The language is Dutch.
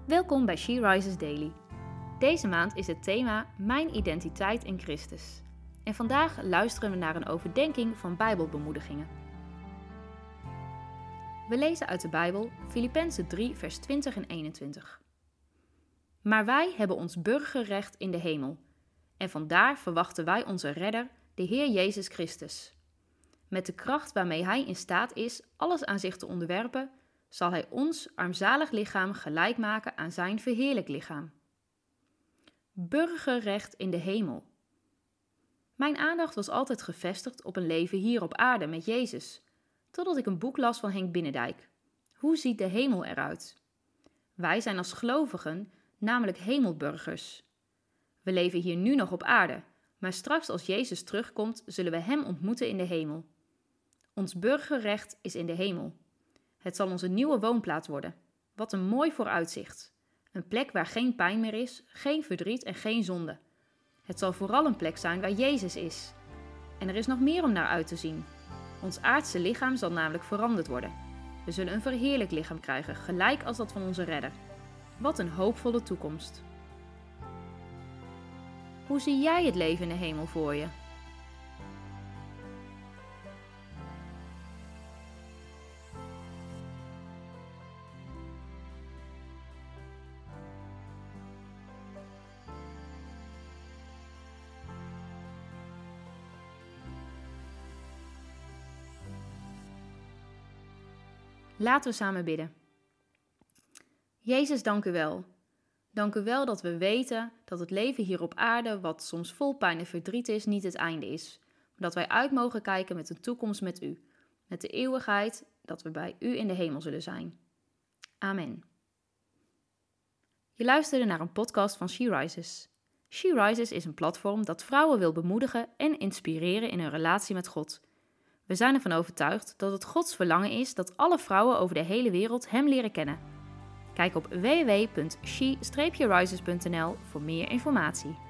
Welkom bij She Rises Daily. Deze maand is het thema Mijn identiteit in Christus. En vandaag luisteren we naar een overdenking van Bijbelbemoedigingen. We lezen uit de Bijbel Filippenzen 3 vers 20 en 21. Maar wij hebben ons burgerrecht in de hemel. En vandaar verwachten wij onze redder, de Heer Jezus Christus. Met de kracht waarmee Hij in staat is alles aan zich te onderwerpen, zal Hij ons armzalig lichaam gelijk maken aan zijn verheerlijk lichaam. Burgerrecht in de hemel. Mijn aandacht was altijd gevestigd op een leven hier op aarde met Jezus, totdat ik een boek las van Henk Binnendijk. Hoe ziet de hemel eruit? Wij zijn als gelovigen namelijk hemelburgers. We leven hier nu nog op aarde, maar straks als Jezus terugkomt, zullen we Hem ontmoeten in de hemel. Ons burgerrecht is in de hemel. Het zal onze nieuwe woonplaats worden. Wat een mooi vooruitzicht. Een plek waar geen pijn meer is, geen verdriet en geen zonde. Het zal vooral een plek zijn waar Jezus is. En er is nog meer om naar uit te zien. Ons aardse lichaam zal namelijk veranderd worden. We zullen een verheerlijk lichaam krijgen, gelijk als dat van onze redder. Wat een hoopvolle toekomst. Hoe zie jij het leven in de hemel voor je? Laten we samen bidden. Jezus, dank u wel. Dank u wel dat we weten dat het leven hier op aarde, wat soms vol pijn en verdriet is, niet het einde is. Maar dat wij uit mogen kijken met een toekomst met u. Met de eeuwigheid dat we bij u in de hemel zullen zijn. Amen. Je luisterde naar een podcast van She Rises. She Rises is een platform dat vrouwen wil bemoedigen en inspireren in hun relatie met God. We zijn ervan overtuigd dat het Gods verlangen is dat alle vrouwen over de hele wereld Hem leren kennen. Kijk op www.she-rises.nl voor meer informatie.